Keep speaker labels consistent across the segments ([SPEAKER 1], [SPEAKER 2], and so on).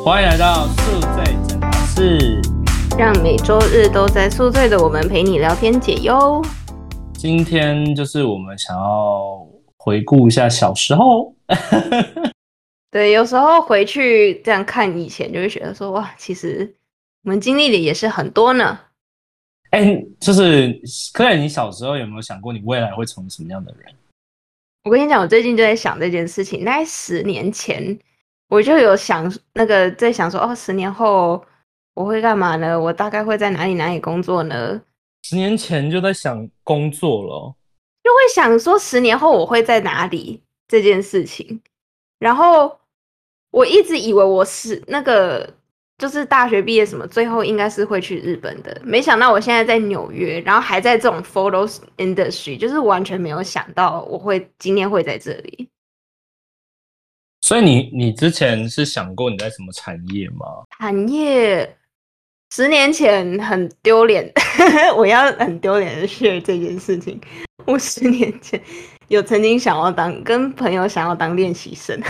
[SPEAKER 1] 欢迎来到宿醉诊疗室，
[SPEAKER 2] 让每周日都在宿醉的我们陪你聊天解忧。
[SPEAKER 1] 今天就是我们想要回顾一下小时候。
[SPEAKER 2] 对，有时候回去这样看以前，就会觉得说哇，其实我们经历的也是很多呢。
[SPEAKER 1] 就是Claire，你小时候有没有想过你未来会成为什么样的人？
[SPEAKER 2] 我跟你讲，我最近就在想这件事情。大概10年前，我就有想在想说，哦，10年后我会干嘛呢？我大概会在哪里工作呢
[SPEAKER 1] 10年前就在想工作了。
[SPEAKER 2] 就会想说10年后我会在哪里这件事情。然后我一直以为我是就是大学毕业什么，最后应该是会去日本的。没想到我现在在纽约，然后还在这种 photo industry， 就是完全没有想到我今天会在这里。
[SPEAKER 1] 所以你之前是想过你在什么产业吗？
[SPEAKER 2] 产业10年前很丢脸，我要很丢脸的 share 这件事情。我10年前有曾经跟朋友想要当练习生。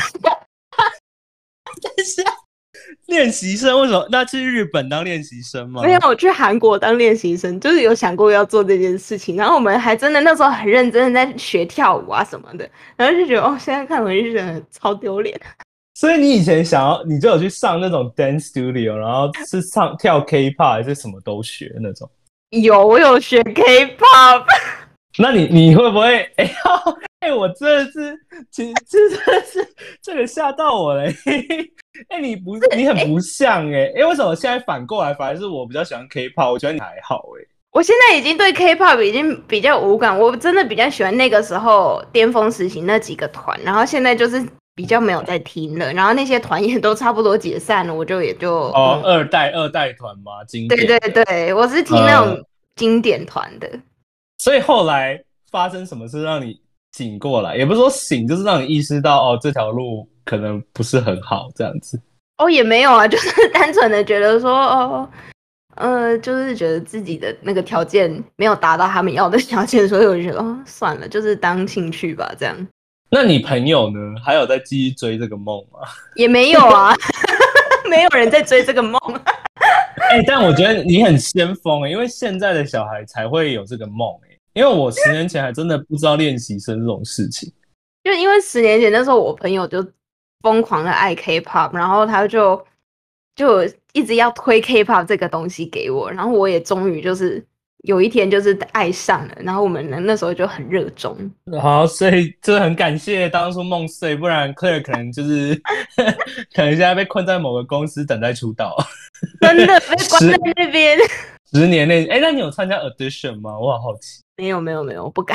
[SPEAKER 1] 但是练习生为什么？那去日本当练习生吗？
[SPEAKER 2] 没有，我去韩国当练习生，就是有想过要做这件事情。然后我们还真的那时候很认真的在学跳舞啊什么的，然后就觉得哦，现在看回去觉得超丢脸。
[SPEAKER 1] 所以你以前你就有去上那种 dance studio， 然后是跳 K-pop 还是什么都学那种？
[SPEAKER 2] 我有学 K-pop。
[SPEAKER 1] 那你会不会？我真的是，其实真的是这个吓到我嘞！你很不像为什么现在反过来，反而是我比较喜欢 K-pop？我觉得你还好
[SPEAKER 2] 我现在已经对 K-pop 已经比较无感，我真的比较喜欢那个时候巅峰时期那几个团，然后现在就是比较没有在听了，然后那些团也都差不多解散了，我就也就
[SPEAKER 1] 二代团嘛，经典
[SPEAKER 2] 对对对，我是听那种经典团的。
[SPEAKER 1] 所以后来发生什么事让你醒过来？也不是说醒，就是让你意识到这条路可能不是很好这样子。
[SPEAKER 2] 也没有啊，就是单纯的觉得说就是觉得自己的那个条件没有达到他们要的条件，所以我就觉得算了，就是当兴趣吧，这样。
[SPEAKER 1] 那你朋友呢？还有在继续追这个梦吗？
[SPEAKER 2] 也没有啊，没有人在追这个梦。
[SPEAKER 1] 但我觉得你很先锋因为现在的小孩才会有这个梦因为我10年前还真的不知道练习生这种事情。
[SPEAKER 2] 就因为10年前那时候我朋友就疯狂的爱 K-pop， 然后他就一直要推 K-pop 这个东西给我，然后我也终于就是有一天就是爱上了，然后我们那时候就很热衷。
[SPEAKER 1] 好，所以真的很感谢当初梦碎，不然 Claire 可能就是可能现在被困在某个公司等待出道。
[SPEAKER 2] 真的被关在那边。
[SPEAKER 1] 10年内，那你有参加 audition 吗？我好好奇。
[SPEAKER 2] 没有，我不敢。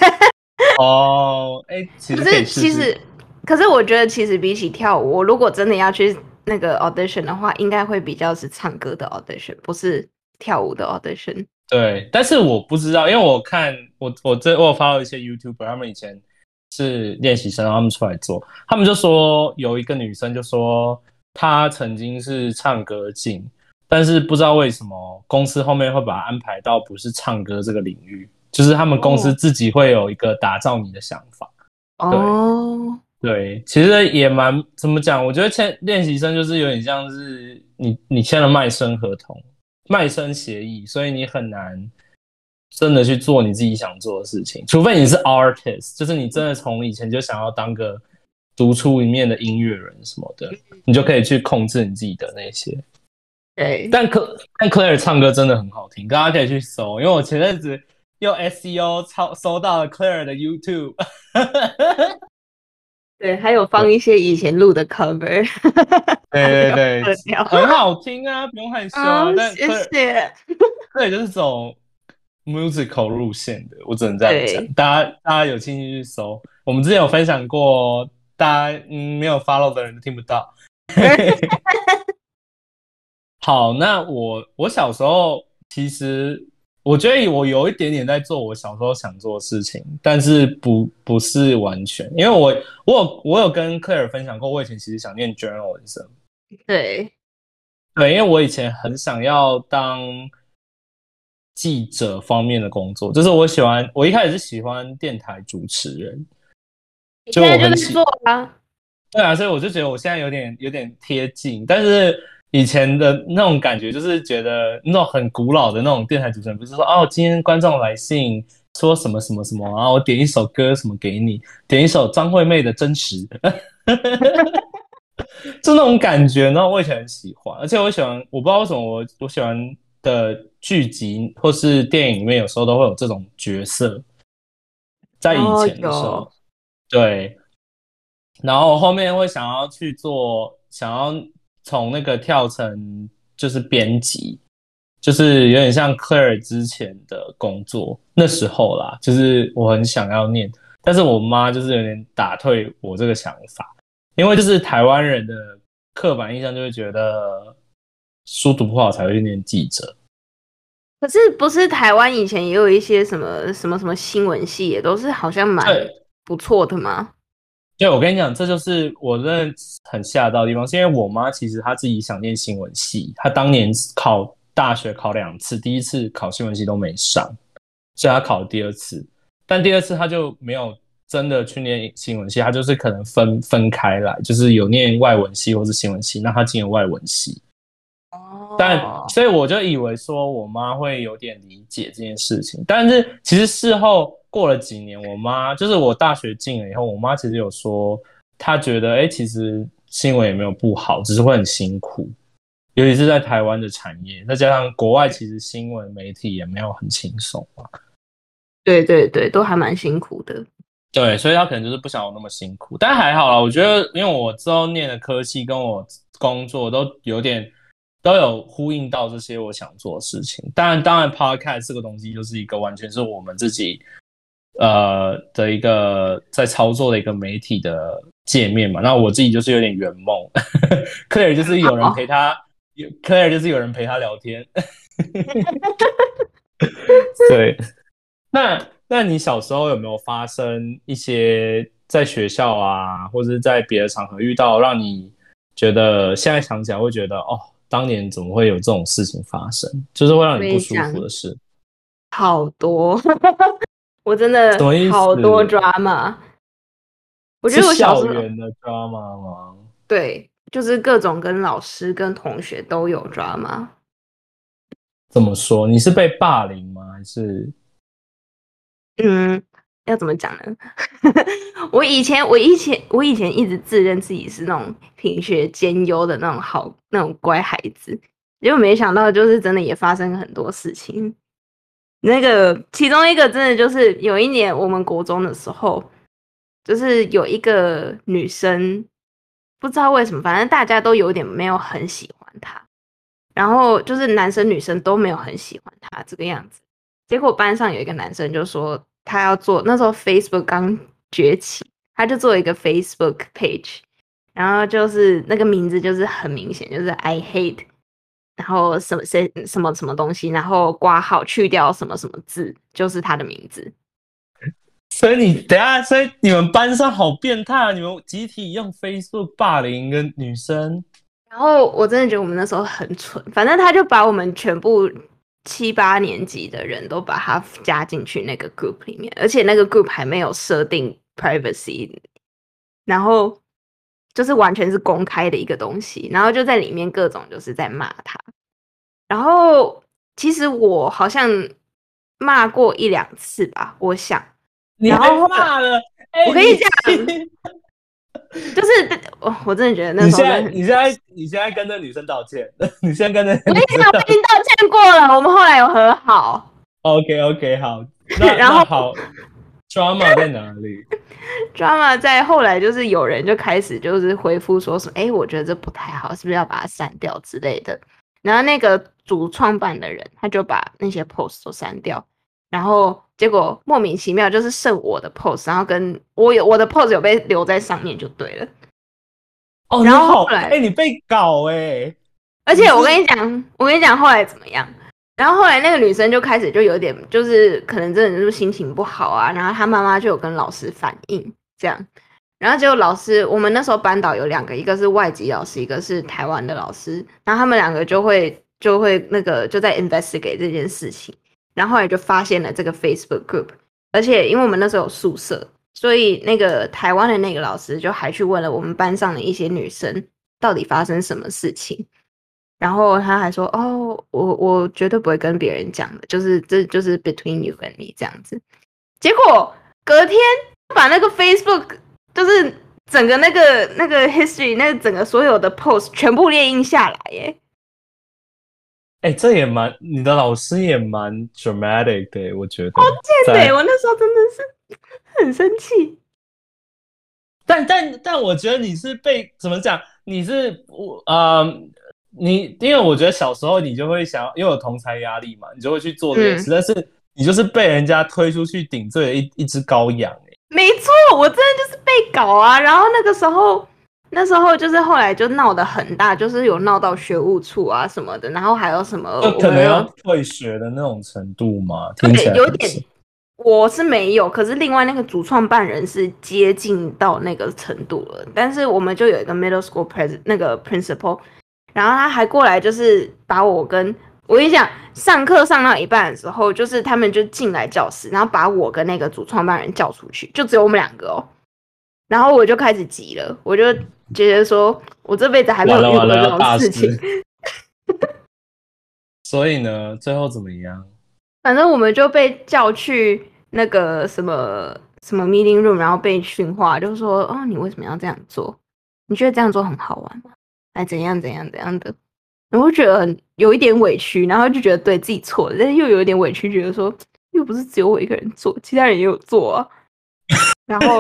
[SPEAKER 1] 其实可以试试。
[SPEAKER 2] 可是我觉得其实比起跳舞，我如果真的要去那个 audition 的话，应该会比较是唱歌的 audition， 不是跳舞的 audition。
[SPEAKER 1] 对，但是我不知道，因为我看我有 follow 一些 YouTuber， 他们以前是练习生，然后他们出来做，他们就说有一个女生就说她曾经是唱歌进，但是不知道为什么公司后面会把她安排到不是唱歌这个领域，就是他们公司自己会有一个打造你的想法。对，其实也蛮怎么讲？我觉得练习生就是有点像是你签了卖身合同。卖身协议，所以你很难真的去做你自己想做的事情，除非你是 artist， 就是你真的从以前就想要当个独出一面的音乐人什么的，你就可以去控制你自己的那些。
[SPEAKER 2] 对，
[SPEAKER 1] 但 Claire 唱歌真的很好听，大家可以去搜，因为我前阵子用 SEO 搜到了 Claire 的 YouTube。
[SPEAKER 2] 对，还有放一些以前录的 cover。
[SPEAKER 1] 对对对，很好听啊，不用害羞啊。但
[SPEAKER 2] 谢谢。
[SPEAKER 1] Claire 就是走 musical 路线的，我只能这样讲。大家有兴趣去搜，我们之前有分享过，大家没有 follow 的人都听不到。好，那我小时候其实我觉得我有一点点在做我小时候想做的事情，但是不是完全，因为我有跟 Claire 分享过，我以前其实想念 journalism。
[SPEAKER 2] 对，
[SPEAKER 1] 因为我以前很想要当记者方面的工作，就是我一开始是喜欢电台主持人，
[SPEAKER 2] 你现在就在做啊。
[SPEAKER 1] 对啊，所以我就觉得我现在有点贴近，但是以前的那种感觉就是觉得那种很古老的那种电台主持人，不是说哦，今天观众来信说什么什么什么，然后我点一首歌什么给你，点一首张惠妹的《真实》，就那种感觉，然后我以前很喜欢，而且我喜欢，我不知道为什么我喜欢的剧集或是电影里面有时候都会有这种角色，在以
[SPEAKER 2] 哦，
[SPEAKER 1] 前的时
[SPEAKER 2] 有，
[SPEAKER 1] 候，对。然后我后面会想要去做，想要从那个跳成就是编辑，就是有点像 Claire 之前的工作，那时候啦，就是我很想要念，但是我妈就是有点打退我这个想法，因为就是台湾人的刻板印象就会觉得书读不好才会去念记者。
[SPEAKER 2] 可是不是台湾以前也有一些什么新闻系，也都是好像蛮
[SPEAKER 1] 对，
[SPEAKER 2] 不错的吗？
[SPEAKER 1] 对，我跟你讲，这就是我真的很吓到的地方，是因为我妈其实她自己想念新闻系，她当年考大学考2次，第一次考新闻系都没上，所以她考了第二次，但第二次她就没有真的去念新闻系，她就是可能分开来，就是有念外文系或是新闻系，那她进了外文系，但
[SPEAKER 2] 哦，
[SPEAKER 1] 所以我就以为说我妈会有点理解这件事情，但是其实事后过了几年，我妈就是我大学进了以后，我妈其实有说，她觉得其实新闻也没有不好，只是会很辛苦，尤其是在台湾的产业，再加上国外其实新闻媒体也没有很轻松嘛，
[SPEAKER 2] 对对对，都还蛮辛苦的。
[SPEAKER 1] 对，所以她可能就是不想有那么辛苦，但还好啦，我觉得因为我之后念的科系跟我工作都有呼应到这些我想做的事情。当然，Podcast 这个东西就是一个完全是我们自己的一个在操作的一个媒体的界面嘛。那我自己就是有点圆梦，Claire 就是有人陪
[SPEAKER 2] 哦，
[SPEAKER 1] 他，Claire 就是有人陪他聊天。对，那你小时候有没有发生一些在学校啊，或者是在别的场合遇到，让你觉得现在想起来会觉得哦，当年怎么会有这种事情发生，就是会让
[SPEAKER 2] 我跟
[SPEAKER 1] 你不舒服
[SPEAKER 2] 你讲，
[SPEAKER 1] 的事？
[SPEAKER 2] 好多，我真
[SPEAKER 1] 什么意
[SPEAKER 2] 的好多
[SPEAKER 1] 思？
[SPEAKER 2] drama。我觉
[SPEAKER 1] 是
[SPEAKER 2] 得我小时候
[SPEAKER 1] 校园的 drama 吗？
[SPEAKER 2] 对，就是各种跟老师跟同学都有 drama。
[SPEAKER 1] 怎么说？你是被霸凌吗？还是
[SPEAKER 2] 嗯，要怎么讲呢？我以前一直自认自己是那种品学兼优的那种那种乖孩子，结果没想到就是真的也发生了很多事情。那个其中一个真的就是有一年我们国中的时候，就是有一个女生，不知道为什么，反正大家都有点没有很喜欢她，然后就是男生女生都没有很喜欢她这个样子。结果班上有一个男生就说他要做，那时候 Facebook 刚崛起，他就做一个 Facebook page，然后就是那个名字就是很明显，就是 I hate，然后什么东西，然后括号去掉什么什么字，就是他的名字。
[SPEAKER 1] 所以你等一下，所以你们班上好变态啊！你们集体用 Facebook 霸凌一个女生，
[SPEAKER 2] 然后我真的觉得我们那时候很蠢，反正他就把我们全部7、8年级的人都把他加进去那个 group 里面，而且那个 group 还没有设定 privacy，然后就是完全是公开的一个东西，然后就在里面各种就是在骂他。然后其实我好像骂过1、2次吧，我想。
[SPEAKER 1] 你还
[SPEAKER 2] 然后后来
[SPEAKER 1] 骂了？
[SPEAKER 2] 我跟你讲，就是我真的觉得那
[SPEAKER 1] 你
[SPEAKER 2] 时候真的很。
[SPEAKER 1] 你现在跟那女生道歉，你现在跟那
[SPEAKER 2] 我跟你讲，我
[SPEAKER 1] 女生道歉。
[SPEAKER 2] 已经道歉过了，我们后来有和好。
[SPEAKER 1] OK OK，好，
[SPEAKER 2] 然后
[SPEAKER 1] 那好，drama 在哪里？
[SPEAKER 2] drama 在后来就是有人就开始就是回复说什么，哎，我觉得这不太好，是不是要把它删掉之类的。然后那个主创办的人他就把那些 post 都删掉，然后结果莫名其妙就是剩我的 post，然后跟我的 post 有被留在上面就对了。
[SPEAKER 1] 哦，你
[SPEAKER 2] 然后
[SPEAKER 1] 好，
[SPEAKER 2] 后来
[SPEAKER 1] 你被搞
[SPEAKER 2] 而且我
[SPEAKER 1] 你是
[SPEAKER 2] 跟你讲后来怎么样？然后后来那个女生就开始就有点，就是可能真的就是心情不好啊，然后她妈妈就有跟老师反映这样，然后结果老师，我们那时候班导有2个，一个是外籍老师，一个是台湾的老师，然后他们2个就会那个就在 investigate 这件事情，然后后来就发现了这个 Facebook group，而且因为我们那时候有宿舍， 所以那个台湾的那个老师就还去问了我们班上的一些女生，到底发生什么事情。然后他还说：“哦，我绝对不会跟别人讲的，就是这就是 between you and me 这样子。”结果隔天把那个 Facebook 就是整个那个 history 那个整个所有的 post 全部列印下来耶。
[SPEAKER 1] 这也你的老师也蛮 dramatic 的，我觉得。
[SPEAKER 2] 好贱的，我那时候真的是很生气。
[SPEAKER 1] 但我觉得你是被怎么讲？你是因为我觉得小时候你就会想要，因为有同侪压力嘛，你就会去做这件事。但是你就是被人家推出去顶罪的一只羔羊。
[SPEAKER 2] 没错，我真的就是被搞啊。然后那时候就是后来就闹得很大，就是有闹到学务处啊什么的，然后还有什么
[SPEAKER 1] 就可能要退学的那种程度嘛，听起来
[SPEAKER 2] 有点。我是没有，可是另外那个主创办人是接近到那个程度了。但是我们就有一个 middle school那个 principal， 然后他还过来就是把我跟你讲，上课上到一半的时候，就是他们就进来教室，然后把我跟那个主创办人叫出去，就只有我们2个哦。然后我就开始急了，我就觉得说我这辈子还没有遇过这种事情。
[SPEAKER 1] 所以呢，最后怎么样？
[SPEAKER 2] 反正我们就被叫去那个什么 meeting room， 然后被训话，就是说哦，你为什么要这样做？你觉得这样做很好玩吗？哎，怎样怎样怎样的？然后觉得有一点委屈，然后就觉得对自己错了，但是又有一点委屈，觉得说又不是只有我一个人做，其他人也有做啊。然后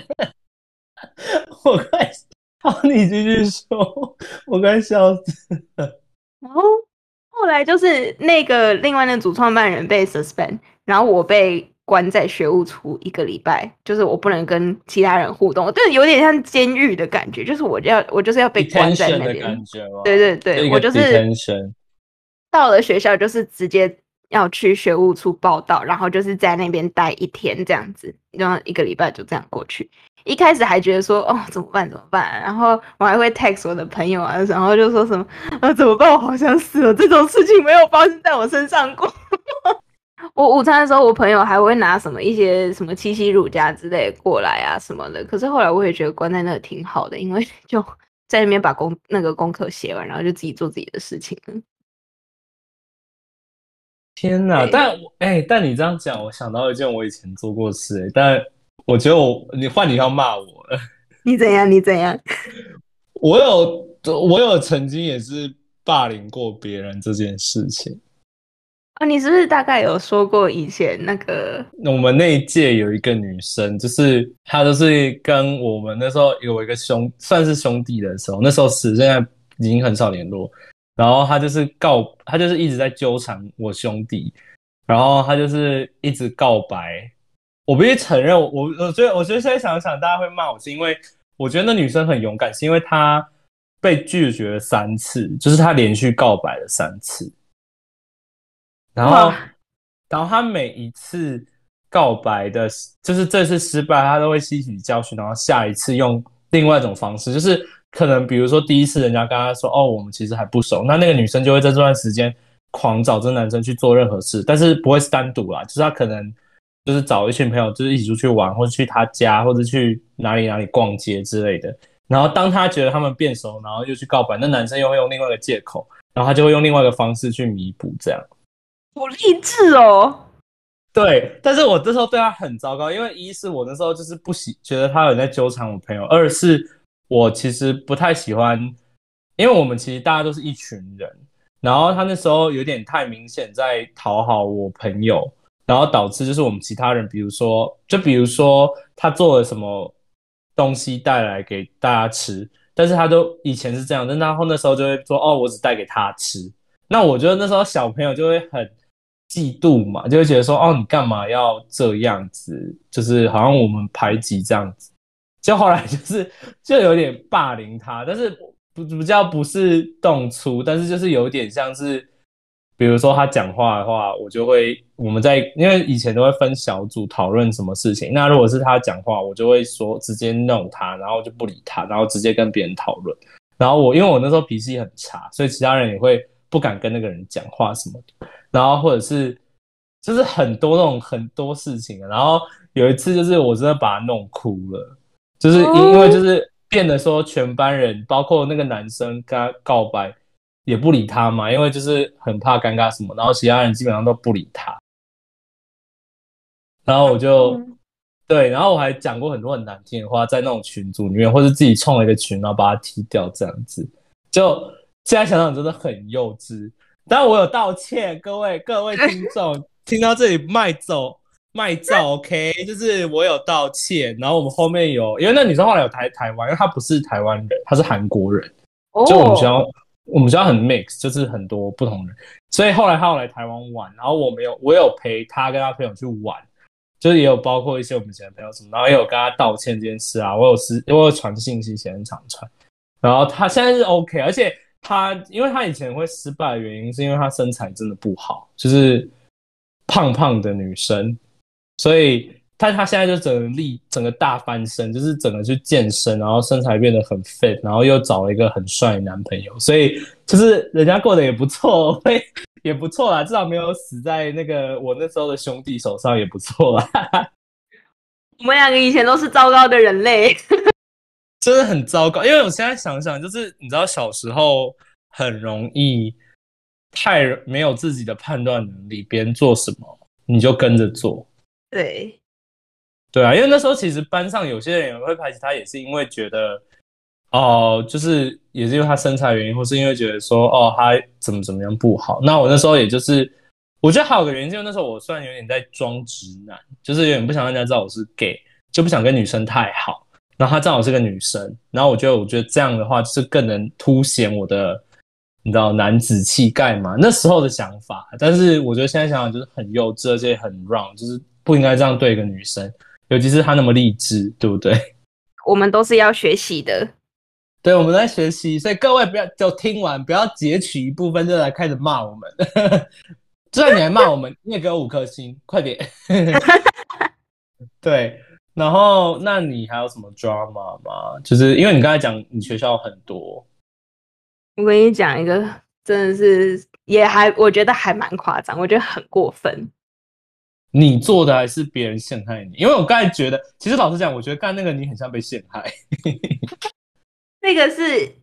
[SPEAKER 1] 我快，好，你继续说，我快笑死了。
[SPEAKER 2] 然后后来就是那个另外那主创办人被 suspend， 然后我被关在学务处1个礼拜，就是我不能跟其他人互动，就是有点像监狱的感觉，就是我就是要被关在那边。对对对，我就是到了学校就是直接要去学务处报到，然后就是在那边待1天这样子，然后1个礼拜就这样过去。一开始还觉得说哦怎么办，然后我还会 text 我的朋友啊，然后就说什么怎么办，我好像死了，这种事情没有发生在我身上过。我午餐的时候，我朋友还会拿一些什么七喜乳加之类过来啊什么的。可是后来我也觉得关在那挺好的，因为就在那边把那个功课写完，然后就自己做自己的事情了。
[SPEAKER 1] 天哪！但你这样讲，我想到一件我以前做过的事，但我觉得你要骂我了。
[SPEAKER 2] 你怎样？你怎样？
[SPEAKER 1] 我有曾经也是霸凌过别人这件事情。
[SPEAKER 2] 你是不是大概有说过以前那个？
[SPEAKER 1] 我们那一届有一个女生，就是她都是跟我们那时候有一个算是兄弟的时候，那时候现在已经很少联络。然后她就是一直在纠缠我兄弟，然后她就是一直告白。我必须承认，我觉得现在想想，大家会骂我，是因为我觉得那女生很勇敢，是因为她被拒绝了3次，就是她连续告白了3次。然后他每一次告白的，就是这次失败，他都会吸取教训，然后下一次用另外一种方式，就是可能比如说第一次人家跟他说哦，我们其实还不熟，那个女生就会在这段时间狂找这男生去做任何事，但是不会是单独啦，就是他可能就是找一群朋友，就是一起出去玩，或者去他家，或者去哪里逛街之类的。然后当他觉得他们变熟，然后又去告白，那男生又会用另外一个借口，然后他就会用另外一个方式去弥补这样。
[SPEAKER 2] 好励志哦！
[SPEAKER 1] 对，但是我那时候对他很糟糕，因为一是我那时候就是觉得他有在纠缠我朋友，二是我其实不太喜欢，因为我们其实大家都是一群人，然后他那时候有点太明显在讨好我朋友，然后导致就是我们其他人，比如说他做了什么东西带来给大家吃，但是他都以前是这样，但他那时候就会说哦，我只带给他吃，那我觉得那时候小朋友就会很嫉妒嘛，就会觉得说，哦，你干嘛要这样子？就是好像我们排挤这样子。就后来就有点霸凌他，但是比较不是动粗，但是就是有点像是，比如说他讲话的话，我们因为以前都会分小组讨论什么事情，那如果是他讲话，我就会说直接弄他，然后就不理他，然后直接跟别人讨论。然后因为我那时候脾气很差，所以其他人也会不敢跟那个人讲话什么的。然后或者是就是很多那种很多事情。然后有一次就是我真的把他弄哭了，就是因为就是变得说全班人包括那个男生跟他告白也不理他嘛，因为就是很怕尴尬什么，然后其他人基本上都不理他。然后我就对，然后我还讲过很多很难听的话，在那种群组里面，或是自己创了一个群，然后把他踢掉，这样子。就现在想想真的很幼稚，但我有道歉，各位听众，听到这里卖照 OK，就是我有道歉。然后我们后面有，因为那女生后来有台湾，因为她不是台湾人，她是韩国人，就我们学校很 mix，就是很多不同人，所以后来她有来台湾玩，然后我有陪她跟她朋友去玩。就是也有包括一些我们以前的朋友什么，然后也有跟他道歉这件事啊，我有传信息，写很长传，然后他现在是 OK，而且因为他以前会失败的原因是因为他身材真的不好，就是胖胖的女生，所以他现在就整个大翻身，就是整个去健身，然后身材变得很 fit，然后又找了一个很帅的男朋友，所以就是人家过得也不错，也不错啦，至少没有死在我那时候的兄弟手上，也不错啦。
[SPEAKER 2] 我们两个以前都是糟糕的人类，
[SPEAKER 1] 真的很糟糕。因为我现在想想，就是你知道小时候很容易太没有自己的判断能力，别人做什么你就跟着做。
[SPEAKER 2] 对，
[SPEAKER 1] 对啊，因为那时候其实班上有些人也会排挤他，也是因为觉得就是也是因为他身材原因，或是因为觉得说他怎么样不好。那我那时候也就是，我觉得还有个原因，就是那时候我虽然有点在装直男，就是有点不想让人家知道我是 gay，就不想跟女生太好。然后她正好是个女生，然后我觉得这样的话就是更能凸显我的你知道男子气概嘛，那时候的想法。但是我觉得现在想想就是很幼稚，而且很 wrong，就是不应该这样对一个女生，尤其是她那么励志，对不对？
[SPEAKER 2] 我们都是要学习的。
[SPEAKER 1] 对，我们在学习，所以各位不要就听完，不要截取一部分就来开始骂我们。就算你来骂我们，你也给我5颗星，快点。对，然后那你还有什么 drama 吗？就是因为你刚才讲你学校很多，
[SPEAKER 2] 我跟你讲一个，真的是我觉得还蛮夸张，我觉得很过分。
[SPEAKER 1] 你做的还是别人陷害你？因为我刚才觉得，其实老实讲，我觉得干那个你很像被陷害。
[SPEAKER 2] 那个是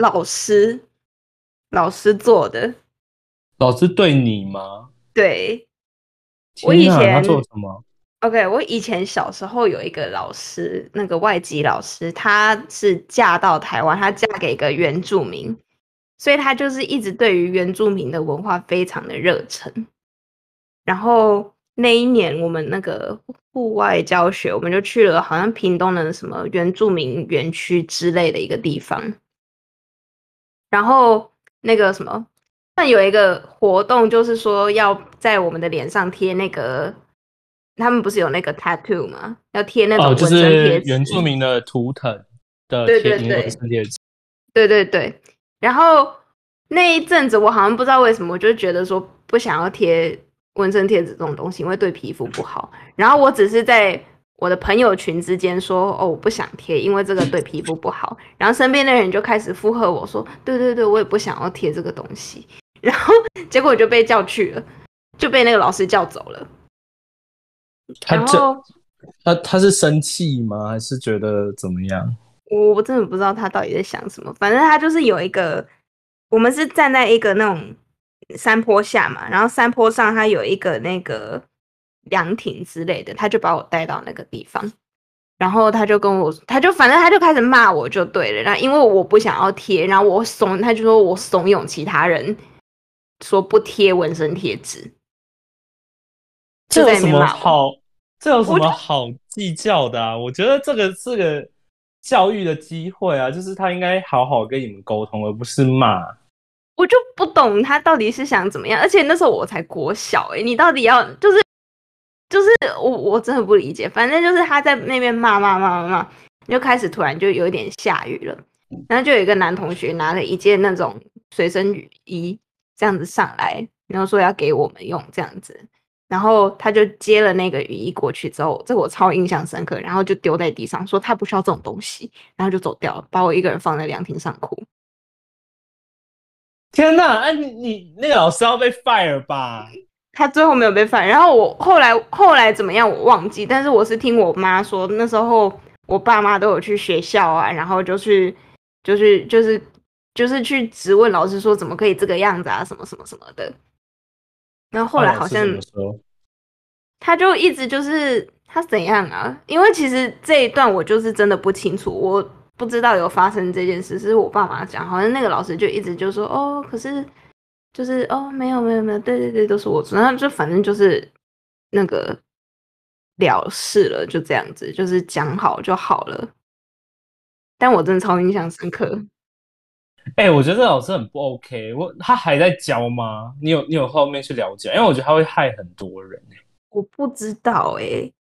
[SPEAKER 2] 老师做的，
[SPEAKER 1] 老师对你吗？
[SPEAKER 2] 对，我
[SPEAKER 1] 天哪，他
[SPEAKER 2] 以前
[SPEAKER 1] 做什么？
[SPEAKER 2] OK，我以前小时候有一个老师，那个外籍老师，她是嫁到台湾，她嫁给一个原住民，所以她就是一直对于原住民的文化非常的热忱。然后那一年我们那个户外教学，我们就去了好像屏东的什么原住民园区之类的一个地方。然后那个什么，那有一个活动，就是说要在我们的脸上贴那个，他们不是有那个 tattoo 吗？要贴那种
[SPEAKER 1] 就
[SPEAKER 2] 纹身
[SPEAKER 1] 是
[SPEAKER 2] 贴纸。
[SPEAKER 1] 原住民的图腾的
[SPEAKER 2] 对对
[SPEAKER 1] 纹
[SPEAKER 2] 对
[SPEAKER 1] 身贴纸。
[SPEAKER 2] 对对对。然后那一阵子，我好像不知道为什么，我就觉得说不想要贴纹身贴纸这种东西，因为对皮肤不好。然后我只是在我的朋友群之间说，我不想贴，因为这个对皮肤不好。然后身边的人就开始附和我说，对对对，我也不想要贴这个东西。然后结果就被叫去了，就被那个老师叫走了。然后
[SPEAKER 1] 他是生气吗？还是觉得怎么样？
[SPEAKER 2] 我真的不知道他到底在想什么，反正他就是有一个，我们是站在一个那种山坡下嘛，然后山坡上他有一个那个凉亭之类的，他就把我带到那个地方，然后他就跟我，反正他就开始骂我就对了，然后因为我不想要贴，然后他就说我怂恿其他人说不贴纹身贴纸，就在那边骂我。
[SPEAKER 1] 这有什么好计较的啊？我觉得这个是个教育的机会啊，就是他应该好好跟你们沟通，而不是骂。
[SPEAKER 2] 我就不懂他到底是想怎么样，而且那时候我才国小你到底要就是我真的不理解，反正就是他在那边骂，就开始突然就有一点下雨了，然后就有一个男同学拿了一件那种随身雨衣这样子上来，然后说要给我们用这样子。然后他就接了那个雨衣过去之后，这我超印象深刻，然后就丢在地上，说他不需要这种东西，然后就走掉了，把我一个人放在凉亭上哭。
[SPEAKER 1] 天哪！你那个老师要被 fire 吧？
[SPEAKER 2] 他最后没有被犯。然后我后来怎么样我忘记，但是我是听我妈说，那时候我爸妈都有去学校啊，然后就是去质问老师说怎么可以这个样子啊，什么什么什么的。然后后来好像
[SPEAKER 1] 老师怎么说？
[SPEAKER 2] 他就一直就是他怎样啊？因为其实这一段我就是真的不清楚，我不知道有发生这件事，是我爸妈讲，好像那个老师就一直就说哦，可是就是哦，没有没有没有，对对对，都是我做，然后就反正就是那个了事了，就这样子，就是讲好就好了。但我真的超印象深刻，
[SPEAKER 1] 我觉得这老师很不 OK。他还在教吗？你有后面去了解？因为我觉得他会害很多人。
[SPEAKER 2] 我不知道欸。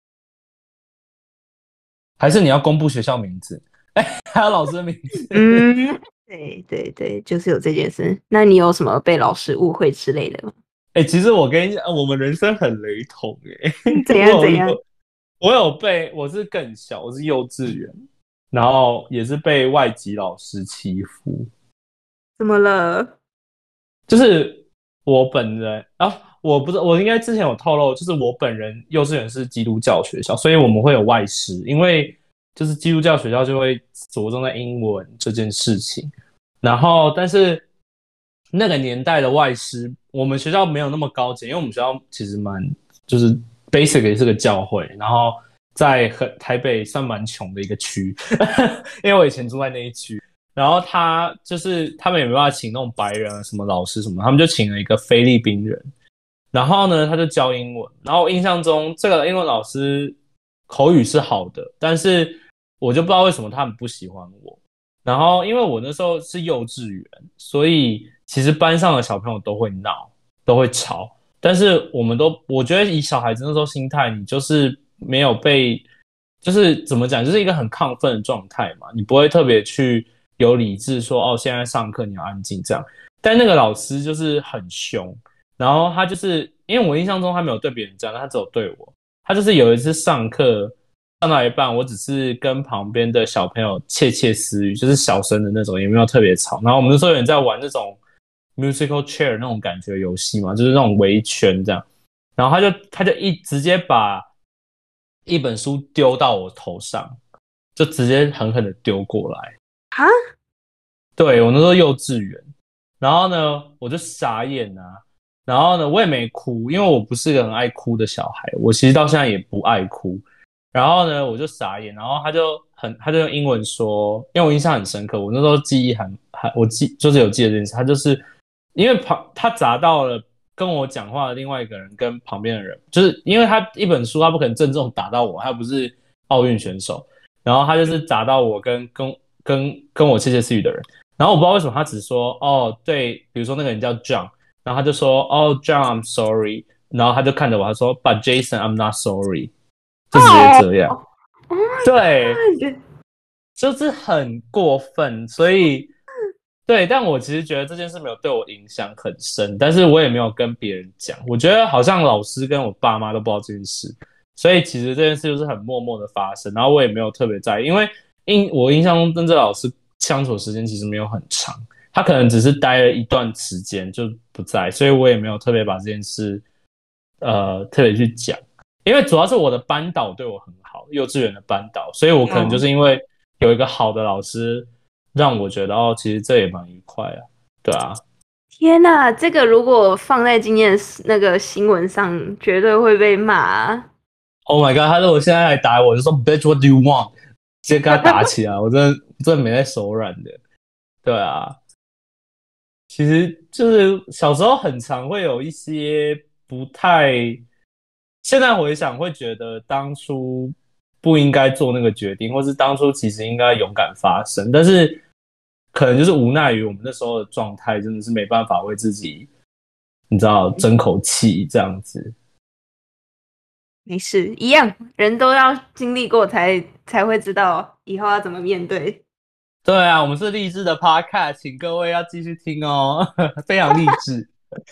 [SPEAKER 1] 还是你要公布学校名字？还有老师的名字？
[SPEAKER 2] 嗯，对对对，就是有这件事。那你有什么被老师误会之类的吗？
[SPEAKER 1] 其实我跟你讲，我们人生很雷同。
[SPEAKER 2] 怎
[SPEAKER 1] 我有
[SPEAKER 2] 样怎样？
[SPEAKER 1] 我有被，我是更小，我是幼稚园，然后也是被外籍老师欺负。
[SPEAKER 2] 怎么了？
[SPEAKER 1] 就是我本人我不是，我应该之前有透露，就是我本人幼稚园是基督教学校，所以我们会有外师，因为就是基督教学校就会着重在英文这件事情。然后，但是那个年代的外师，我们学校没有那么高级，因为我们学校其实就是 basic 也是个教会，然后在台北算蛮穷的一个区，因为我以前住在那一区。然后他们也没办法请那种白人啊什么老师什么，他们就请了一个菲律宾人。然后呢，他就教英文。然后我印象中这个英文老师口语是好的，但是我就不知道为什么他们不喜欢我。然后因为我那时候是幼稚园，所以其实班上的小朋友都会闹，都会吵。但是我觉得以小孩子那时候心态，你就是没有被，就是怎么讲，就是一个很亢奋的状态嘛，你不会特别去有理智说，哦，现在上课你要安静这样。但那个老师就是很凶，然后他就是因为我印象中他没有对别人这样，他只有对我。他就是有一次上课上到一半，我只是跟旁边的小朋友窃窃私语，就是小声的那种，也没有特别吵。然后我们那时候有人在玩那种 musical chair 那种感觉游戏嘛，就是那种围圈这样。然后他就直接把一本书丢到我头上，就直接狠狠的丢过来。
[SPEAKER 2] 啊？
[SPEAKER 1] 对，我那时候幼稚园，然后呢，我就傻眼啊，然后呢，我也没哭，因为我不是个很爱哭的小孩，我其实到现在也不爱哭。然后呢，我就傻眼，然后他就用英文说，因为我印象很深刻，我那时候记忆就是有记得这件事，他就是因为他砸到了跟我讲话的另外一个人跟旁边的人，就是因为他一本书，他不可能正中打到我，他不是奥运选手，然后他就是砸到我跟我窃窃私语的人。然后我不知道为什么他只说哦对，比如说那个人叫 John，然后他就说哦 John I'm sorry，然后他就看着我，他说 But Jason I'm not sorry，就直接
[SPEAKER 2] 哦
[SPEAKER 1] 这样。
[SPEAKER 2] ，Oh my
[SPEAKER 1] 对，
[SPEAKER 2] god！
[SPEAKER 1] 就是很过分，所以对，但我其实觉得这件事没有对我影响很深，但是我也没有跟别人讲，我觉得好像老师跟我爸妈都不知道这件事，所以其实这件事就是很默默的发生，然后我也没有特别在意，因为我印象中跟这老师相处的时间其实没有很长，他可能只是待了一段时间就不在，所以我也没有特别把这件事特别去讲。因为主要是我的班导对我很好，幼稚园的班导，所以我可能就是因为有一个好的老师，让我觉得哦，其实这也蛮愉快啊，对啊。
[SPEAKER 2] 天哪，这个如果放在今天的那个新闻上，绝对会被骂啊。
[SPEAKER 1] Oh my god，他如果现在来打我，就说 Bitch what do you want，直接跟他打起来，我真的没在手软的，对啊。其实就是小时候很常会有一些不太，现在回想会觉得当初不应该做那个决定，或是当初其实应该勇敢发声，但是可能就是无奈于我们那时候的状态，真的是没办法为自己，你知道争口气这样子。
[SPEAKER 2] 没事，一样，人都要经历过才会知道以后要怎么面对。
[SPEAKER 1] 对啊，我们是励志的 podcast，请各位要继续听哦，非常励志。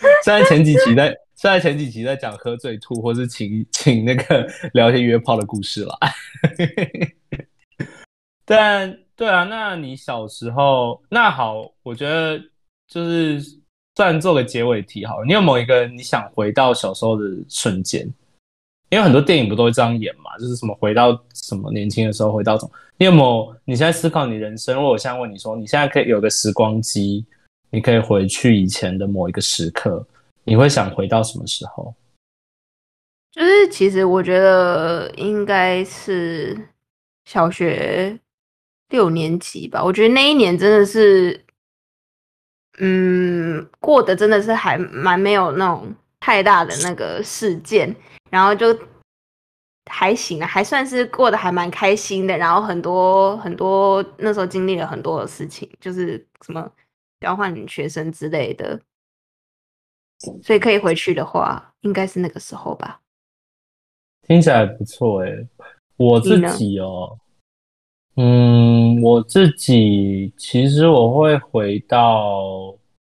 [SPEAKER 1] 虽然前几集在讲喝醉吐，或是请那个聊一些约炮的故事啦。但对啊，那你小时候那好，我觉得就是算做个结尾题好了，你有某一个你想回到小时候的瞬间？因为很多电影不都会这样演嘛，就是什么回到什么年轻的时候，回到什么？你有没有？你现在思考你人生，如果我现在问你说，你现在可以有个时光机，你可以回去以前的某一个时刻，你会想回到什么时候？
[SPEAKER 2] 就是其实我觉得应该是小学6年级吧。我觉得那一年真的是，过得真的是还蛮没有那种太大的那个事件，然后就还行啊，还算是过得还蛮开心的。然后很多很多那时候经历了很多的事情，就是什么交换学生之类的，所以可以回去的话，应该是那个时候吧。
[SPEAKER 1] 听起来不错诶。我自
[SPEAKER 2] 你呢？
[SPEAKER 1] 己哦，我自己其实我会回到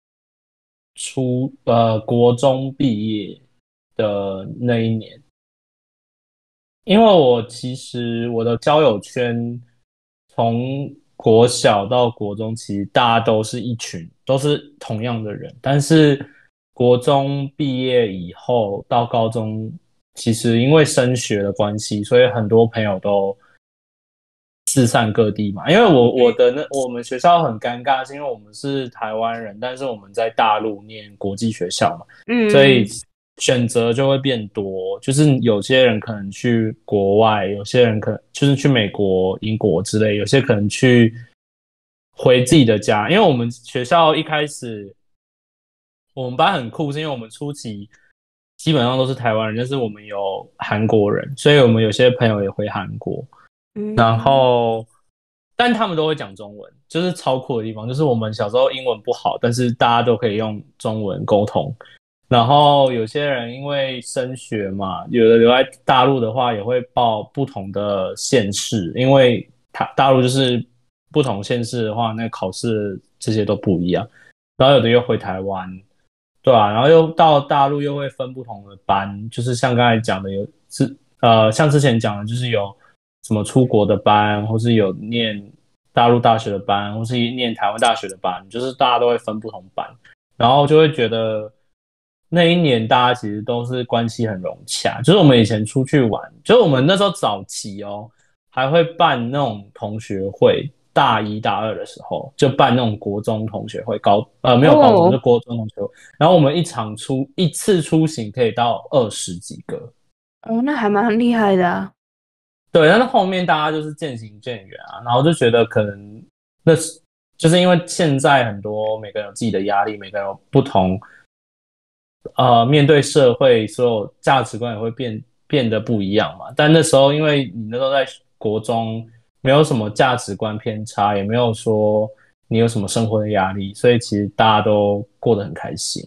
[SPEAKER 1] 国中毕业的那一年，因为我其实我的交友圈从国小到国中，其实大家都是一群，都是同样的人。但是国中毕业以后到高中，其实因为升学的关系，所以很多朋友都四散各地嘛。因为我们学校很尴尬，是因为我们是台湾人，但是我们在大陆念国际学校嘛。所以
[SPEAKER 2] 嗯，
[SPEAKER 1] 选择就会变多，就是有些人可能去国外，有些人可能就是去美国、英国之类，有些可能回自己的家。因为我们学校一开始，我们班很酷，是因为我们初期基本上都是台湾人，但是我们有韩国人，所以我们有些朋友也回韩国。然
[SPEAKER 2] 嗯，
[SPEAKER 1] 后，但他们都会讲中文，就是超酷的地方，就是我们小时候英文不好，但是大家都可以用中文沟通。然后有些人因为升学嘛，有的留在大陆的话，也会报不同的县市，因为大陆就是不同县市的话，那考试这些都不一样。然后有的又回台湾，对啊，然后又到大陆又会分不同的班，就是像刚才讲的像之前讲的，就是有什么出国的班，或是有念大陆大学的班，或是念台湾大学的班，就是大家都会分不同班。然后就会觉得那一年大家其实都是关系很融洽，就是我们以前出去玩，就是我们那时候早期哦，还会办那种同学会，大一大二的时候就办那种国中同学会，没有高中就
[SPEAKER 2] 哦
[SPEAKER 1] 国中同学会，然后我们一次出行可以到20几个。
[SPEAKER 2] 哦，那还蛮厉害的啊。
[SPEAKER 1] 对，但是后面大家就是渐行渐远啊，然后就觉得可能那是就是因为现在很多每个人有自己的压力，每个人有不同面对社会，所有价值观也会变得不一样嘛。但那时候因为你那时候在国中，没有什么价值观偏差，也没有说你有什么生活的压力，所以其实大家都过得很开心。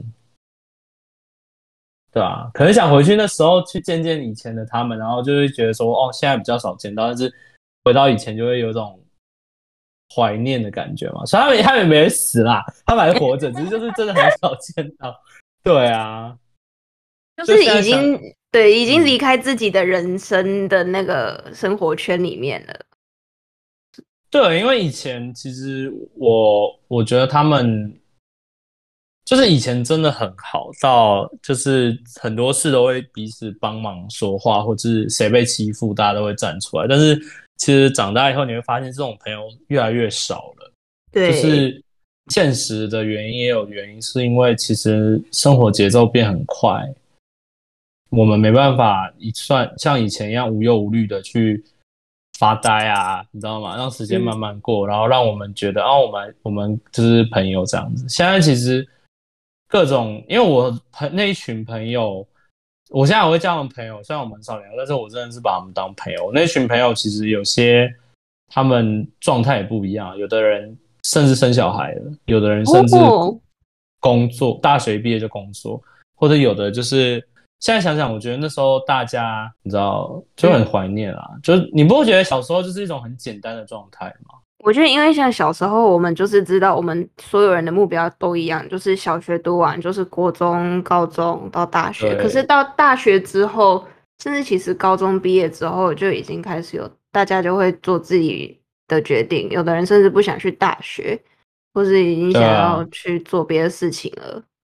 [SPEAKER 1] 对啊，可能想回去那时候去见见以前的他们，然后就会觉得说，哦，现在比较少见到，但是回到以前就会有一种怀念的感觉嘛。所以他们也没死啦，他们还活着，只是就是真的很少见到。对啊，就
[SPEAKER 2] 就是
[SPEAKER 1] 现在想，
[SPEAKER 2] 已经对，已经离
[SPEAKER 1] 嗯，
[SPEAKER 2] 开自己的人生的那个生活圈里面了。
[SPEAKER 1] 对，因为以前其实我觉得他们就是以前真的很好，到就是很多事都会彼此帮忙说话，或者是谁被欺负，大家都会站出来。但是其实长大以后，你会发现这种朋友越来越少了。就
[SPEAKER 2] 对，
[SPEAKER 1] 是现实的原因也有原因，是因为其实生活节奏变很快，我们没办法像以前一样无忧无虑的去发呆啊，你知道吗？让时间
[SPEAKER 2] 嗯，
[SPEAKER 1] 慢慢过，然后让我们觉得啊，我们就是朋友这样子。现在其实各种，因为那一群朋友，我现在也会叫他们朋友，虽然我们很少聊，但是我真的是把他们当朋友。那群朋友其实有些他们状态也不一样，有的人甚至生小孩了，有的人甚至
[SPEAKER 2] 哦，
[SPEAKER 1] 工作，大学毕业就工作，或者有的就是现在想想，我觉得那时候大家你知道就很
[SPEAKER 2] 嗯，
[SPEAKER 1] 怀念啊，就是你不会觉得小时候就是一种很简单的状态吗？
[SPEAKER 2] 我觉得因为像小时候，我们就是知道我们所有人的目标都一样，就是小学读完就是国中、高中到大学。可是
[SPEAKER 1] 对，
[SPEAKER 2] 到大学之后，甚至其实高中毕业之后，就已经开始有大家就会做自己的决定。有的人甚至不想去大学，或是已经想要
[SPEAKER 1] 对啊，
[SPEAKER 2] 去做别的事情了。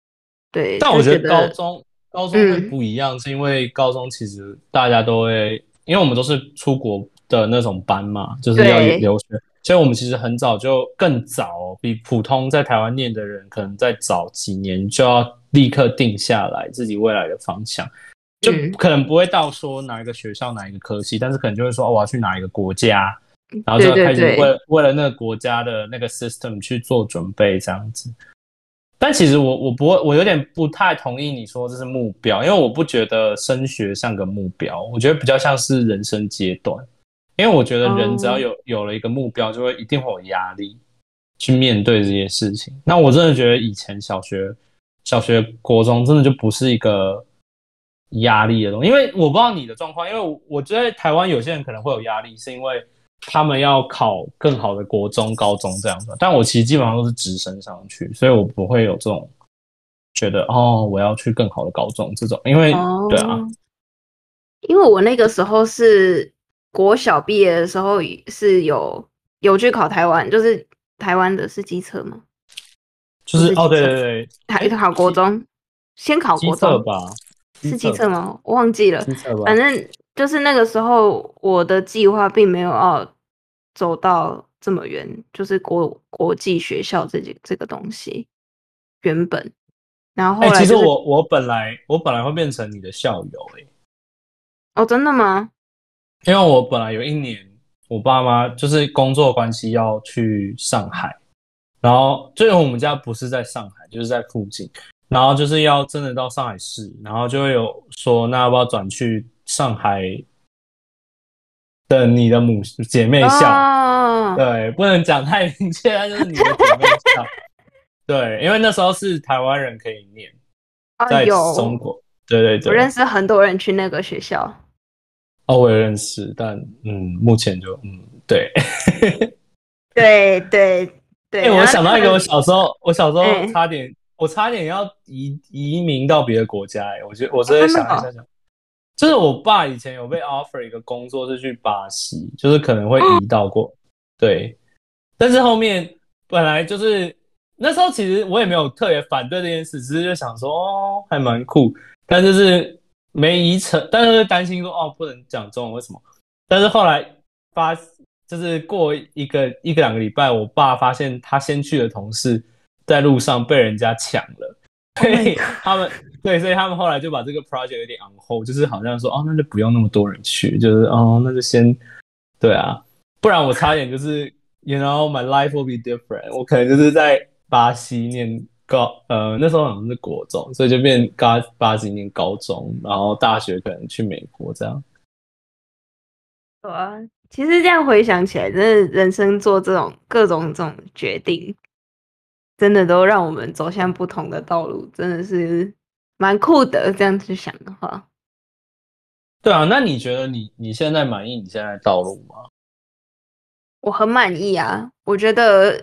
[SPEAKER 2] 对，
[SPEAKER 1] 但我觉得
[SPEAKER 2] 就觉得
[SPEAKER 1] 高中会
[SPEAKER 2] 嗯，
[SPEAKER 1] 不一样，是因为高中其实大家都会，因为我们都是出国的那种班嘛，就是要
[SPEAKER 2] 对，
[SPEAKER 1] 留学，所以我们其实很早就更早，比普通在台湾念的人可能再早几年就要立刻定下来自己未来的方向，就
[SPEAKER 2] 嗯，
[SPEAKER 1] 可能不会到说哪一个学校哪一个科系，但是可能就会说哦我要去哪一个国家，然后就
[SPEAKER 2] 对
[SPEAKER 1] 要开始
[SPEAKER 2] 对对，
[SPEAKER 1] 为了那个国家的那个 system 去做准备这样子。但其实我不会，我有点不太同意你说这是目标，因为我不觉得升学像个目标，我觉得比较像是人生阶段。因为我觉得人只要
[SPEAKER 2] 哦，
[SPEAKER 1] 有了一个目标，就会一定会有压力去面对这些事情。那我真的觉得以前小学、国中真的就不是一个压力的东西，因为我不知道你的状况，因为我觉得台湾有些人可能会有压力，是因为他们要考更好的国中、高中这样子。但我其实基本上都是直升上去，所以我不会有这种觉得哦，我要去更好的高中这种，因为对啊，
[SPEAKER 2] 哦，因为我那个时候是国小毕业的时候是有去考台湾，就是台湾的是机测吗？不
[SPEAKER 1] 就是哦，
[SPEAKER 2] 是机测，
[SPEAKER 1] 对对对，哎，
[SPEAKER 2] 还考国中，先考
[SPEAKER 1] 机
[SPEAKER 2] 国中，
[SPEAKER 1] 测吧，机
[SPEAKER 2] 是机
[SPEAKER 1] 测吧，
[SPEAKER 2] 测吗？我忘记了。
[SPEAKER 1] 机测吧。
[SPEAKER 2] 反正就是那个时候，我的计划并没有要走到这么远，就是国际学校这个东西原本。然后
[SPEAKER 1] 哎，其实
[SPEAKER 2] 后来就是
[SPEAKER 1] 我本来会变成你的校友，哎，
[SPEAKER 2] 哦，真的吗？
[SPEAKER 1] 因为我本来有一年，我爸妈就是工作关系要去上海，然后就因为我们家不是在上海，就是在附近，然后就是要真的到上海市，然后就会有说，那要不要转去上海的你的姐妹校？
[SPEAKER 2] 哦，
[SPEAKER 1] 对，不能讲太明确，但就是你的姐妹校。对，因为那时候是台湾人可以念，
[SPEAKER 2] 啊
[SPEAKER 1] 在中
[SPEAKER 2] 有，
[SPEAKER 1] 国。对对
[SPEAKER 2] 我认
[SPEAKER 1] 对，
[SPEAKER 2] 识很多人去那个学校。
[SPEAKER 1] 哦，我也认识，但目前就对。
[SPEAKER 2] 对对
[SPEAKER 1] 哎、
[SPEAKER 2] 对，然
[SPEAKER 1] 我
[SPEAKER 2] 后他们
[SPEAKER 1] 想到一个，我小时候
[SPEAKER 2] 哎，
[SPEAKER 1] 差点要移民到别的国家，哎，我
[SPEAKER 2] 哦
[SPEAKER 1] 真的
[SPEAKER 2] 真的哦，
[SPEAKER 1] 想一想，就是我爸以前有被 offer 一个工作是去巴西，就是可能会移到过，对，但是后面本来就是那时候其实我也没有特别反对这件事，只是就想说哦还蛮酷，但就是没移成，但是担心说哦不能讲中文为什么？但是后来发就是过一个两个礼拜，我爸发现他先去的同事在路上被人家抢了，
[SPEAKER 2] Oh
[SPEAKER 1] 所
[SPEAKER 2] my
[SPEAKER 1] 以
[SPEAKER 2] god！
[SPEAKER 1] 他们后来就把这个 project 有点 on hold，就是好像说哦那就不用那么多人去，就是哦那就先对啊，不然我差点就是 you know my life will be different，我可能就是在巴西念那时候好像是国中，所以就变巴西念高中，然后大学可能去美国这样。
[SPEAKER 2] 对啊，其实这样回想起来，真的人生做这种各种这种决定，真的都让我们走向不同的道路，真的是蛮酷的。这样去想的话，
[SPEAKER 1] 对啊，那你觉得你现在满意你现在的道路吗？
[SPEAKER 2] 我很满意啊。我觉得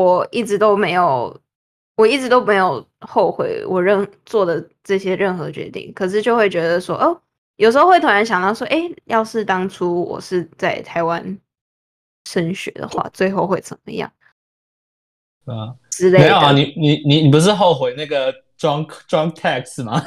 [SPEAKER 2] 我一直都没有后悔我做的这些任何决定，可是就会觉得说，哦，有时候会突然想到说，诶，要是当初我是在台湾升学的话，最后会怎么样
[SPEAKER 1] 对啊，
[SPEAKER 2] 之
[SPEAKER 1] 没有啊，
[SPEAKER 2] 类的。
[SPEAKER 1] 你不是后悔那个 drunk text 吗？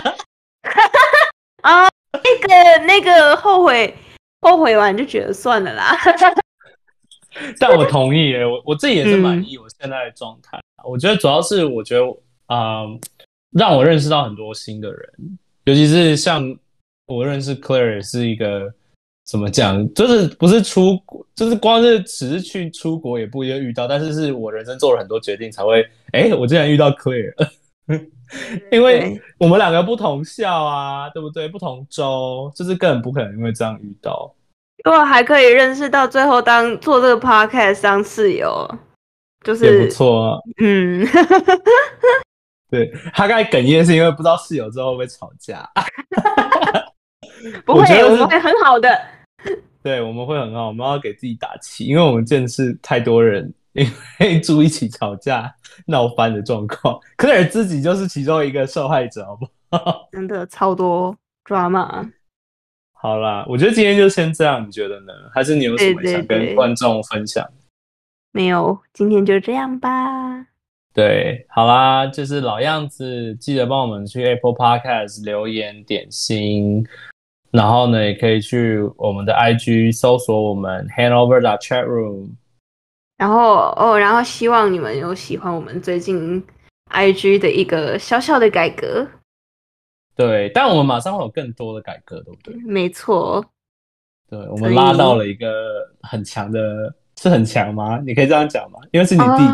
[SPEAKER 2] 啊，那个后悔完就觉得算了啦。
[SPEAKER 1] 但我同意耶，我自己也是满
[SPEAKER 2] 嗯，
[SPEAKER 1] 意我现在的状态。我觉得主要是我觉得让我认识到很多新的人，尤其是像我认识 Claire 也是一个怎么讲，就是不是出国，就是光是只是去出国也不一定遇到，但是是我人生做了很多决定才会，哎，我竟然遇到 Claire，因为
[SPEAKER 2] 对，
[SPEAKER 1] 我们两个不同校啊，对不对？不同州，就是根本不可能因为这样遇到。
[SPEAKER 2] 如果还可以认识到最后做这个 podcast 当室友，就
[SPEAKER 1] 也不
[SPEAKER 2] 是
[SPEAKER 1] 错啊。
[SPEAKER 2] 嗯，
[SPEAKER 1] 对，他刚才哽咽是因为不知道室友之后会不会吵架。
[SPEAKER 2] 不会，
[SPEAKER 1] 我觉得是，
[SPEAKER 2] 我们会很好的。
[SPEAKER 1] 对，我们会很好，我们要给自己打气，因为我们见识太多人因为住一起吵架闹翻的状况，科尔自己就是其中一个受害者，好不好？
[SPEAKER 2] 真的超多 drama。
[SPEAKER 1] 好啦，我觉得今天就先这样，你觉得呢？还是你有什
[SPEAKER 2] 对
[SPEAKER 1] 么想跟
[SPEAKER 2] 对对，
[SPEAKER 1] 观众分享？
[SPEAKER 2] 没有，今天就这样吧。
[SPEAKER 1] 对，好啦，就是老样子，记得帮我们去 Apple Podcast 留言点心，然后呢，也可以去我们的 IG 搜索我们 Hanover Chat Room。
[SPEAKER 2] 然后希望你们有喜欢我们最近 IG 的一个小小的改革。
[SPEAKER 1] 对，但我们马上会有更多的改革，对不对？
[SPEAKER 2] 没错，
[SPEAKER 1] 对，我们拉到了一个很强的，是很强吗？你可以这样讲吗？因为是你弟。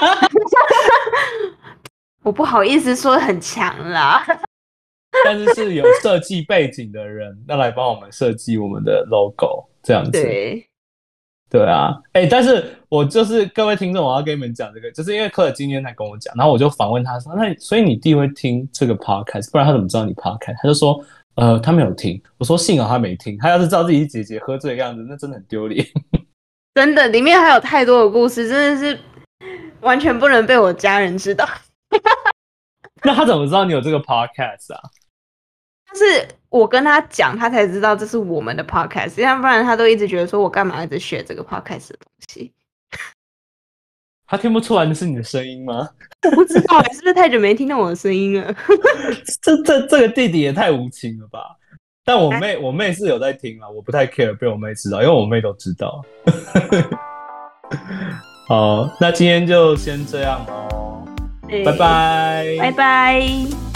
[SPEAKER 2] 我不好意思说很强啦。
[SPEAKER 1] 但是是有设计背景的人要来帮我们设计我们的 logo，这样子。
[SPEAKER 2] 对，
[SPEAKER 1] 对啊，但是我就是各位听众，我要跟你们讲这个，就是因为科尔今天才跟我讲，然后我就反问他说：“那所以你弟会听这个 podcast，不然他怎么知道你 podcast？” 他就说：“他没有听。”我说：“幸好他没听，他要是知道自己姐姐喝醉的样子，那真的很丢脸。”
[SPEAKER 2] 真的，里面还有太多的故事，真的是完全不能被我家人知道。
[SPEAKER 1] 那他怎么知道你有这个 podcast 啊？
[SPEAKER 2] 但是我跟他讲，他才知道这是我们的 podcast，要不然他都一直觉得说我干嘛一直学这个 podcast 的东西。
[SPEAKER 1] 他听不出来那是你的声音吗？
[SPEAKER 2] 不知道是不是太久没听到我的声音了？
[SPEAKER 1] 这个弟弟也太无情了吧！但我妹是有在听啦，我不太 care 被我妹知道，因为我妹都知道。好，那今天就先这样咯，拜拜，
[SPEAKER 2] 拜拜。